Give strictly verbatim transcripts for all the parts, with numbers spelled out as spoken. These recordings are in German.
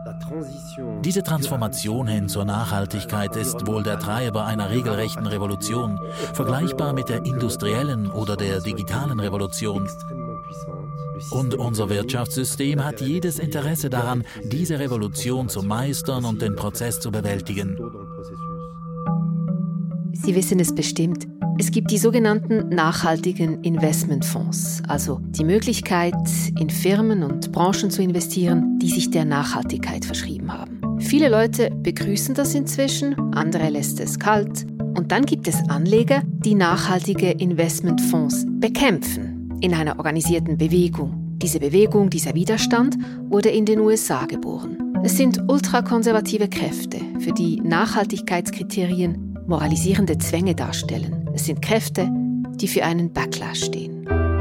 Diese Transformation hin zur Nachhaltigkeit ist wohl der Treiber einer regelrechten Revolution, vergleichbar mit der industriellen oder der digitalen Revolution. Und unser Wirtschaftssystem hat jedes Interesse daran, diese Revolution zu meistern und den Prozess zu bewältigen. Sie wissen es bestimmt. Es gibt die sogenannten nachhaltigen Investmentfonds, also die Möglichkeit, in Firmen und Branchen zu investieren, die sich der Nachhaltigkeit verschrieben haben. Viele Leute begrüßen das inzwischen, andere lässt es kalt. Und dann gibt es Anleger, die nachhaltige Investmentfonds bekämpfen, in einer organisierten Bewegung. Diese Bewegung, dieser Widerstand, wurde in den U S A geboren. Es sind ultrakonservative Kräfte, für die Nachhaltigkeitskriterien moralisierende Zwänge darstellen. Es sind Kräfte, die für einen Backlash stehen.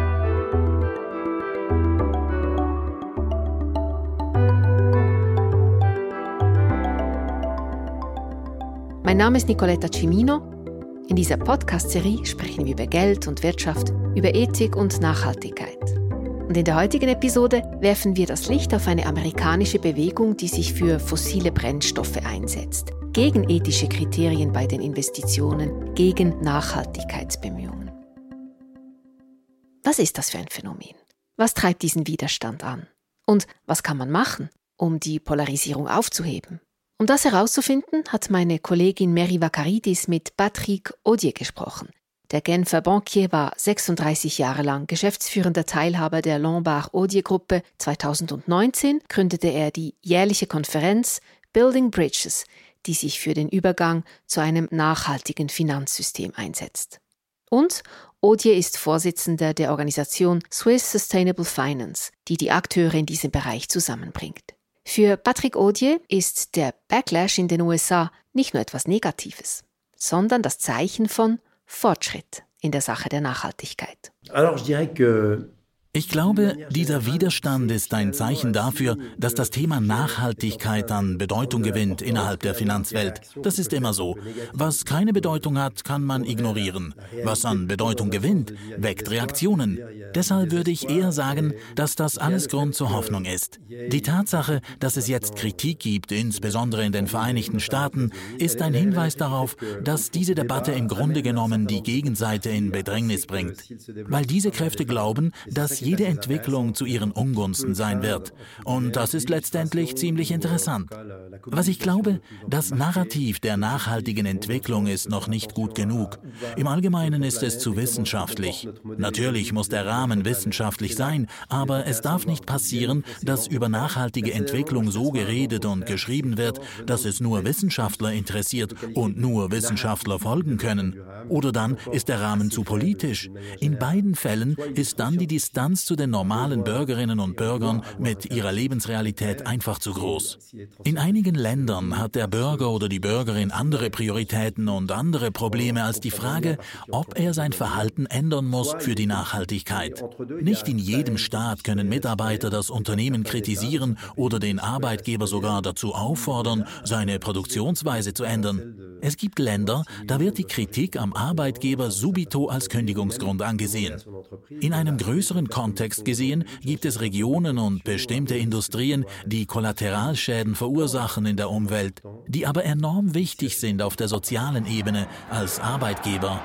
Mein Name ist Nicoletta Cimino. In dieser Podcast-Serie sprechen wir über Geld und Wirtschaft, über Ethik und Nachhaltigkeit. Und in der heutigen Episode werfen wir das Licht auf eine amerikanische Bewegung, die sich für fossile Brennstoffe einsetzt, gegen ethische Kriterien bei den Investitionen, gegen Nachhaltigkeitsbemühungen. Was ist das für ein Phänomen? Was treibt diesen Widerstand an? Und was kann man machen, um die Polarisierung aufzuheben? Um das herauszufinden, hat meine Kollegin Mary Vakaridis mit Patrick Audier gesprochen. Der Genfer Bankier war sechsunddreißig Jahre lang geschäftsführender Teilhaber der Lombard-Odier-Gruppe. zweitausendneunzehn gründete er die jährliche Konferenz Building Bridges, die sich für den Übergang zu einem nachhaltigen Finanzsystem einsetzt. Und Audier ist Vorsitzender der Organisation Swiss Sustainable Finance, die die Akteure in diesem Bereich zusammenbringt. Für Patrick Audier ist der Backlash in den U S A nicht nur etwas Negatives, sondern das Zeichen von Fortschritt in der Sache der Nachhaltigkeit. Ich glaube, dieser Widerstand ist ein Zeichen dafür, dass das Thema Nachhaltigkeit an Bedeutung gewinnt innerhalb der Finanzwelt. Das ist immer so. Was keine Bedeutung hat, kann man ignorieren. Was an Bedeutung gewinnt, weckt Reaktionen. Deshalb würde ich eher sagen, dass das alles Grund zur Hoffnung ist. Die Tatsache, dass es jetzt Kritik gibt, insbesondere in den Vereinigten Staaten, ist ein Hinweis darauf, dass diese Debatte im Grunde genommen die Gegenseite in Bedrängnis bringt. Weil diese Kräfte glauben, dass jede Entwicklung zu ihren Ungunsten sein wird. Und das ist letztendlich ziemlich interessant. Was ich glaube, das Narrativ der nachhaltigen Entwicklung ist noch nicht gut genug. Im Allgemeinen ist es zu wissenschaftlich. Natürlich muss der Rahmen wissenschaftlich sein, aber es darf nicht passieren, dass über nachhaltige Entwicklung so geredet und geschrieben wird, dass es nur Wissenschaftler interessiert und nur Wissenschaftler folgen können. Oder dann ist der Rahmen zu politisch. In beiden Fällen ist dann die Distanz zu den normalen Bürgerinnen und Bürgern mit ihrer Lebensrealität einfach zu groß. In einigen Ländern hat der Bürger oder die Bürgerin andere Prioritäten und andere Probleme als die Frage, ob er sein Verhalten ändern muss für die Nachhaltigkeit. Nicht in jedem Staat können Mitarbeiter das Unternehmen kritisieren oder den Arbeitgeber sogar dazu auffordern, seine Produktionsweise zu ändern. Es gibt Länder, da wird die Kritik am Arbeitgeber subito als Kündigungsgrund angesehen. In einem größeren Kontext gesehen gibt es Regionen und bestimmte Industrien, die Kollateralschäden verursachen in der Umwelt, die aber enorm wichtig sind auf der sozialen Ebene als Arbeitgeber.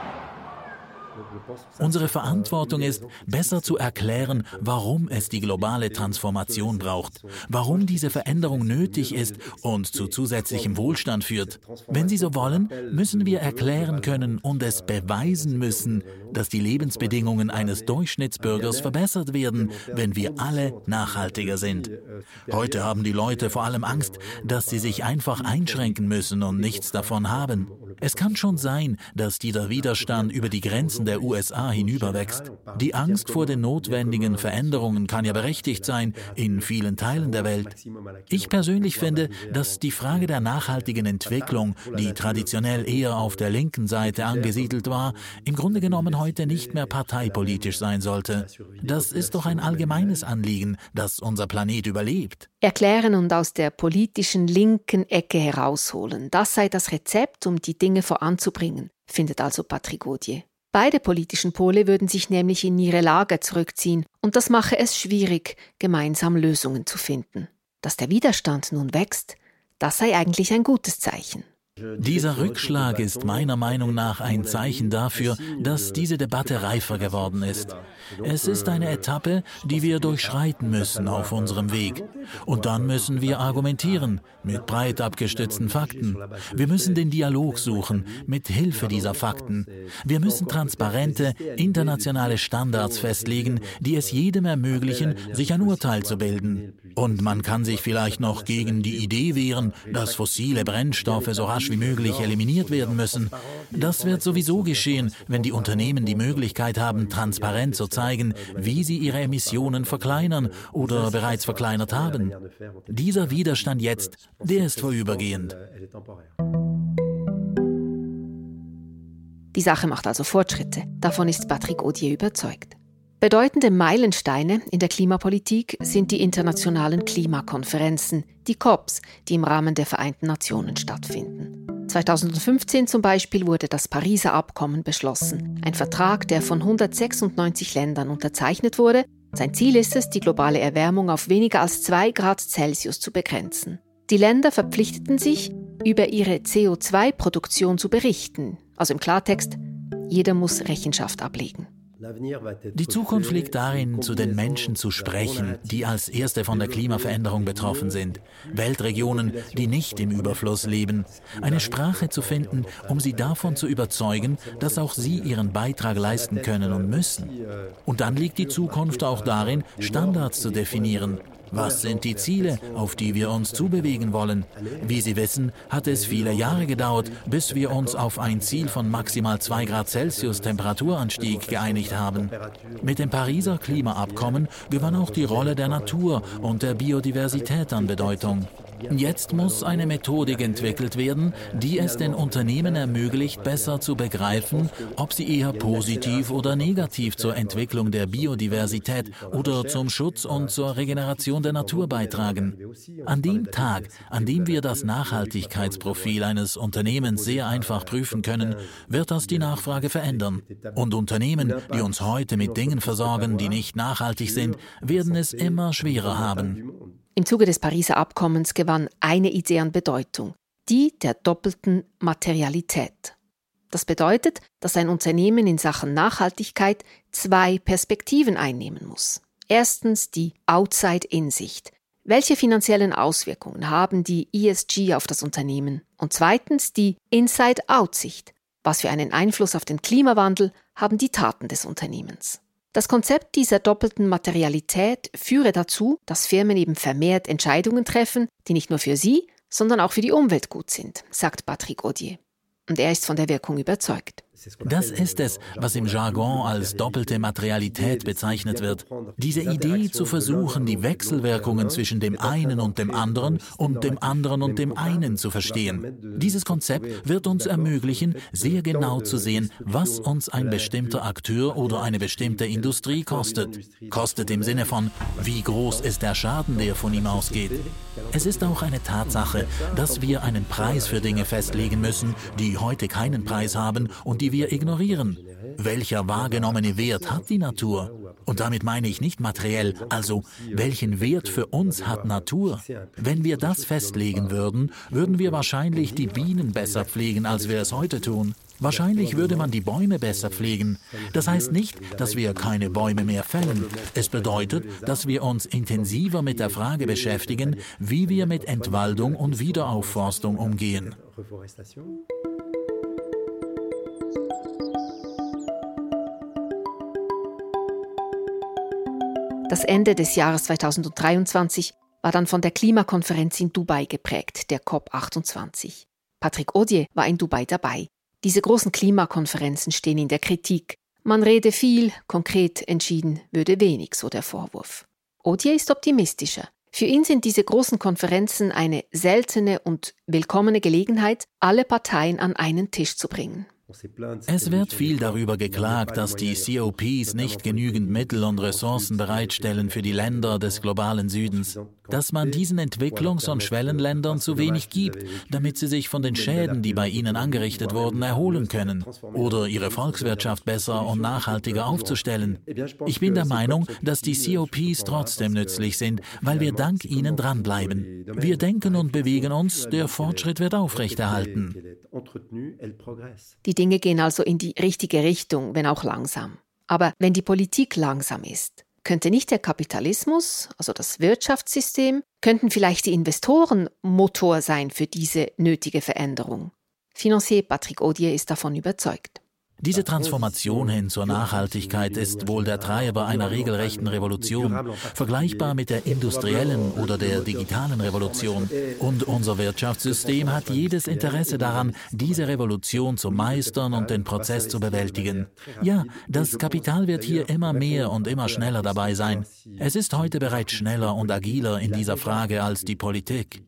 Unsere Verantwortung ist, besser zu erklären, warum es die globale Transformation braucht, warum diese Veränderung nötig ist und zu zusätzlichem Wohlstand führt. Wenn Sie so wollen, müssen wir erklären können und es beweisen müssen, dass die Lebensbedingungen eines Durchschnittsbürgers verbessert werden, wenn wir alle nachhaltiger sind. Heute haben die Leute vor allem Angst, dass sie sich einfach einschränken müssen und nichts davon haben. Es kann schon sein, dass dieser Widerstand über die Grenzen der U S A hinüberwächst. Die Angst vor den notwendigen Veränderungen kann ja berechtigt sein in vielen Teilen der Welt. Ich persönlich finde, dass die Frage der nachhaltigen Entwicklung, die traditionell eher auf der linken Seite angesiedelt war, im Grunde genommen heute nicht mehr parteipolitisch sein sollte. Das ist doch ein allgemeines Anliegen, dass unser Planet überlebt. Erklären und aus der politischen linken Ecke herausholen, das sei das Rezept, um die Dinge voranzubringen, findet also Patrick Audier. Beide politischen Pole würden sich nämlich in ihre Lager zurückziehen und das mache es schwierig, gemeinsam Lösungen zu finden. Dass der Widerstand nun wächst, das sei eigentlich ein gutes Zeichen. Dieser Rückschlag ist meiner Meinung nach ein Zeichen dafür, dass diese Debatte reifer geworden ist. Es ist eine Etappe, die wir durchschreiten müssen auf unserem Weg. Und dann müssen wir argumentieren, mit breit abgestützten Fakten. Wir müssen den Dialog suchen, mit Hilfe dieser Fakten. Wir müssen transparente, internationale Standards festlegen, die es jedem ermöglichen, sich ein Urteil zu bilden. Und man kann sich vielleicht noch gegen die Idee wehren, dass fossile Brennstoffe so rasch wie möglich eliminiert werden müssen. Das wird sowieso geschehen, wenn die Unternehmen die Möglichkeit haben, transparent zu zeigen, wie sie ihre Emissionen verkleinern oder bereits verkleinert haben. Dieser Widerstand jetzt, der ist vorübergehend. Die Sache macht also Fortschritte. Davon ist Patrick Audier überzeugt. Bedeutende Meilensteine in der Klimapolitik sind die internationalen Klimakonferenzen, die C O Ps, die im Rahmen der Vereinten Nationen stattfinden. zweitausendfünfzehn zum Beispiel wurde das Pariser Abkommen beschlossen, ein Vertrag, der von hundertsechsundneunzig Ländern unterzeichnet wurde. Sein Ziel ist es, die globale Erwärmung auf weniger als zwei Grad Celsius zu begrenzen. Die Länder verpflichteten sich, über ihre C O zwei Produktion zu berichten. Also im Klartext, jeder muss Rechenschaft ablegen. Die Zukunft liegt darin, zu den Menschen zu sprechen, die als Erste von der Klimaveränderung betroffen sind. Weltregionen, die nicht im Überfluss leben. Eine Sprache zu finden, um sie davon zu überzeugen, dass auch sie ihren Beitrag leisten können und müssen. Und dann liegt die Zukunft auch darin, Standards zu definieren. Was sind die Ziele, auf die wir uns zubewegen wollen? Wie Sie wissen, hat es viele Jahre gedauert, bis wir uns auf ein Ziel von maximal zwei Grad Celsius Temperaturanstieg geeinigt haben. Mit dem Pariser Klimaabkommen gewann auch die Rolle der Natur und der Biodiversität an Bedeutung. Jetzt muss eine Methodik entwickelt werden, die es den Unternehmen ermöglicht, besser zu begreifen, ob sie eher positiv oder negativ zur Entwicklung der Biodiversität oder zum Schutz und zur Regeneration der Natur beitragen. An dem Tag, an dem wir das Nachhaltigkeitsprofil eines Unternehmens sehr einfach prüfen können, wird das die Nachfrage verändern. Und Unternehmen, die uns heute mit Dingen versorgen, die nicht nachhaltig sind, werden es immer schwerer haben. Im Zuge des Pariser Abkommens gewann eine Idee an Bedeutung, die der doppelten Materialität. Das bedeutet, dass ein Unternehmen in Sachen Nachhaltigkeit zwei Perspektiven einnehmen muss. Erstens die Outside-In-Sicht. Welche finanziellen Auswirkungen haben die E S G auf das Unternehmen? Und zweitens die Inside-Out-Sicht. Was für einen Einfluss auf den Klimawandel haben die Taten des Unternehmens? Das Konzept dieser doppelten Materialität führe dazu, dass Firmen eben vermehrt Entscheidungen treffen, die nicht nur für sie, sondern auch für die Umwelt gut sind, sagt Patrick Audier. Und er ist von der Wirkung überzeugt. Das ist es, was im Jargon als doppelte Materialität bezeichnet wird. Diese Idee zu versuchen, die Wechselwirkungen zwischen dem einen und dem anderen und dem anderen und dem einen zu verstehen. Dieses Konzept wird uns ermöglichen, sehr genau zu sehen, was uns ein bestimmter Akteur oder eine bestimmte Industrie kostet. Kostet im Sinne von, wie groß ist der Schaden, der von ihm ausgeht. Es ist auch eine Tatsache, dass wir einen Preis für Dinge festlegen müssen, die heute keinen Preis haben und die wir ignorieren. Welcher wahrgenommene Wert hat die Natur? Und damit meine ich nicht materiell, also welchen Wert für uns hat Natur? Wenn wir das festlegen würden, würden wir wahrscheinlich die Bienen besser pflegen, als wir es heute tun. Wahrscheinlich würde man die Bäume besser pflegen. Das heißt nicht, dass wir keine Bäume mehr fällen. Es bedeutet, dass wir uns intensiver mit der Frage beschäftigen, wie wir mit Entwaldung und Wiederaufforstung umgehen. Das Ende des Jahres zweitausenddreiundzwanzig war dann von der Klimakonferenz in Dubai geprägt, der C O P achtundzwanzig. Patrick Audier war in Dubai dabei. Diese großen Klimakonferenzen stehen in der Kritik. Man rede viel, konkret entschieden würde wenig, so der Vorwurf. Audier ist optimistischer. Für ihn sind diese großen Konferenzen eine seltene und willkommene Gelegenheit, alle Parteien an einen Tisch zu bringen. Es wird viel darüber geklagt, dass die C O Ps nicht genügend Mittel und Ressourcen bereitstellen für die Länder des globalen Südens, dass man diesen Entwicklungs- und Schwellenländern zu wenig gibt, damit sie sich von den Schäden, die bei ihnen angerichtet wurden, erholen können oder ihre Volkswirtschaft besser und nachhaltiger aufzustellen. Ich bin der Meinung, dass die C O Ps trotzdem nützlich sind, weil wir dank ihnen dranbleiben. Wir denken und bewegen uns, der Fortschritt wird aufrechterhalten. Die Dinge gehen also in die richtige Richtung, wenn auch langsam. Aber wenn die Politik langsam ist, könnte nicht der Kapitalismus, also das Wirtschaftssystem, könnten vielleicht die Investoren Motor sein für diese nötige Veränderung? Financier Patrick Audier ist davon überzeugt. Diese Transformation hin zur Nachhaltigkeit ist wohl der Treiber einer regelrechten Revolution, vergleichbar mit der industriellen oder der digitalen Revolution. Und unser Wirtschaftssystem hat jedes Interesse daran, diese Revolution zu meistern und den Prozess zu bewältigen. Ja, das Kapital wird hier immer mehr und immer schneller dabei sein. Es ist heute bereits schneller und agiler in dieser Frage als die Politik.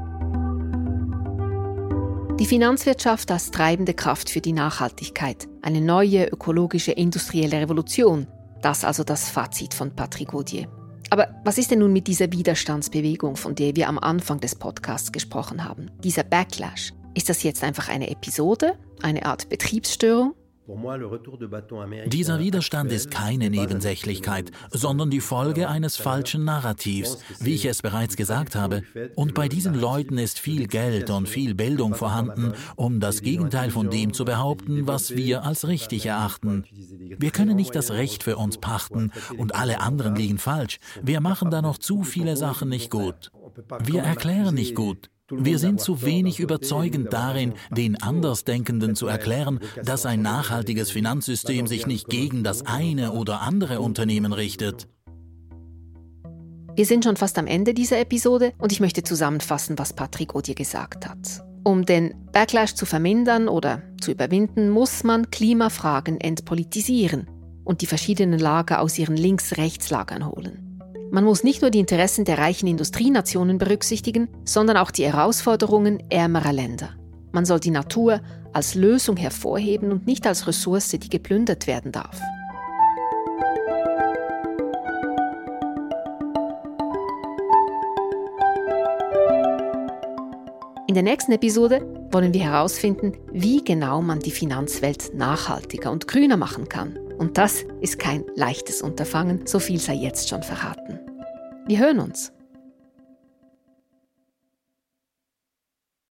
Die Finanzwirtschaft als treibende Kraft für die Nachhaltigkeit. Eine neue ökologische industrielle Revolution. Das also das Fazit von Patrick Audier. Aber was ist denn nun mit dieser Widerstandsbewegung, von der wir am Anfang des Podcasts gesprochen haben? Dieser Backlash. Ist das jetzt einfach eine Episode? Eine Art Betriebsstörung? Dieser Widerstand ist keine Nebensächlichkeit, sondern die Folge eines falschen Narrativs, wie ich es bereits gesagt habe. Und bei diesen Leuten ist viel Geld und viel Bildung vorhanden, um das Gegenteil von dem zu behaupten, was wir als richtig erachten. Wir können nicht das Recht für uns pachten und alle anderen liegen falsch. Wir machen da noch zu viele Sachen nicht gut. Wir erklären nicht gut. Wir sind zu wenig überzeugend darin, den Andersdenkenden zu erklären, dass ein nachhaltiges Finanzsystem sich nicht gegen das eine oder andere Unternehmen richtet. Wir sind schon fast am Ende dieser Episode und ich möchte zusammenfassen, was Patrick Audier gesagt hat. Um den Backlash zu vermindern oder zu überwinden, muss man Klimafragen entpolitisieren und die verschiedenen Lager aus ihren Links-Rechts-Lagern holen. Man muss nicht nur die Interessen der reichen Industrienationen berücksichtigen, sondern auch die Herausforderungen ärmerer Länder. Man soll die Natur als Lösung hervorheben und nicht als Ressource, die geplündert werden darf. In der nächsten Episode wollen wir herausfinden, wie genau man die Finanzwelt nachhaltiger und grüner machen kann. Und das ist kein leichtes Unterfangen, so viel sei jetzt schon verraten. Wir hören uns.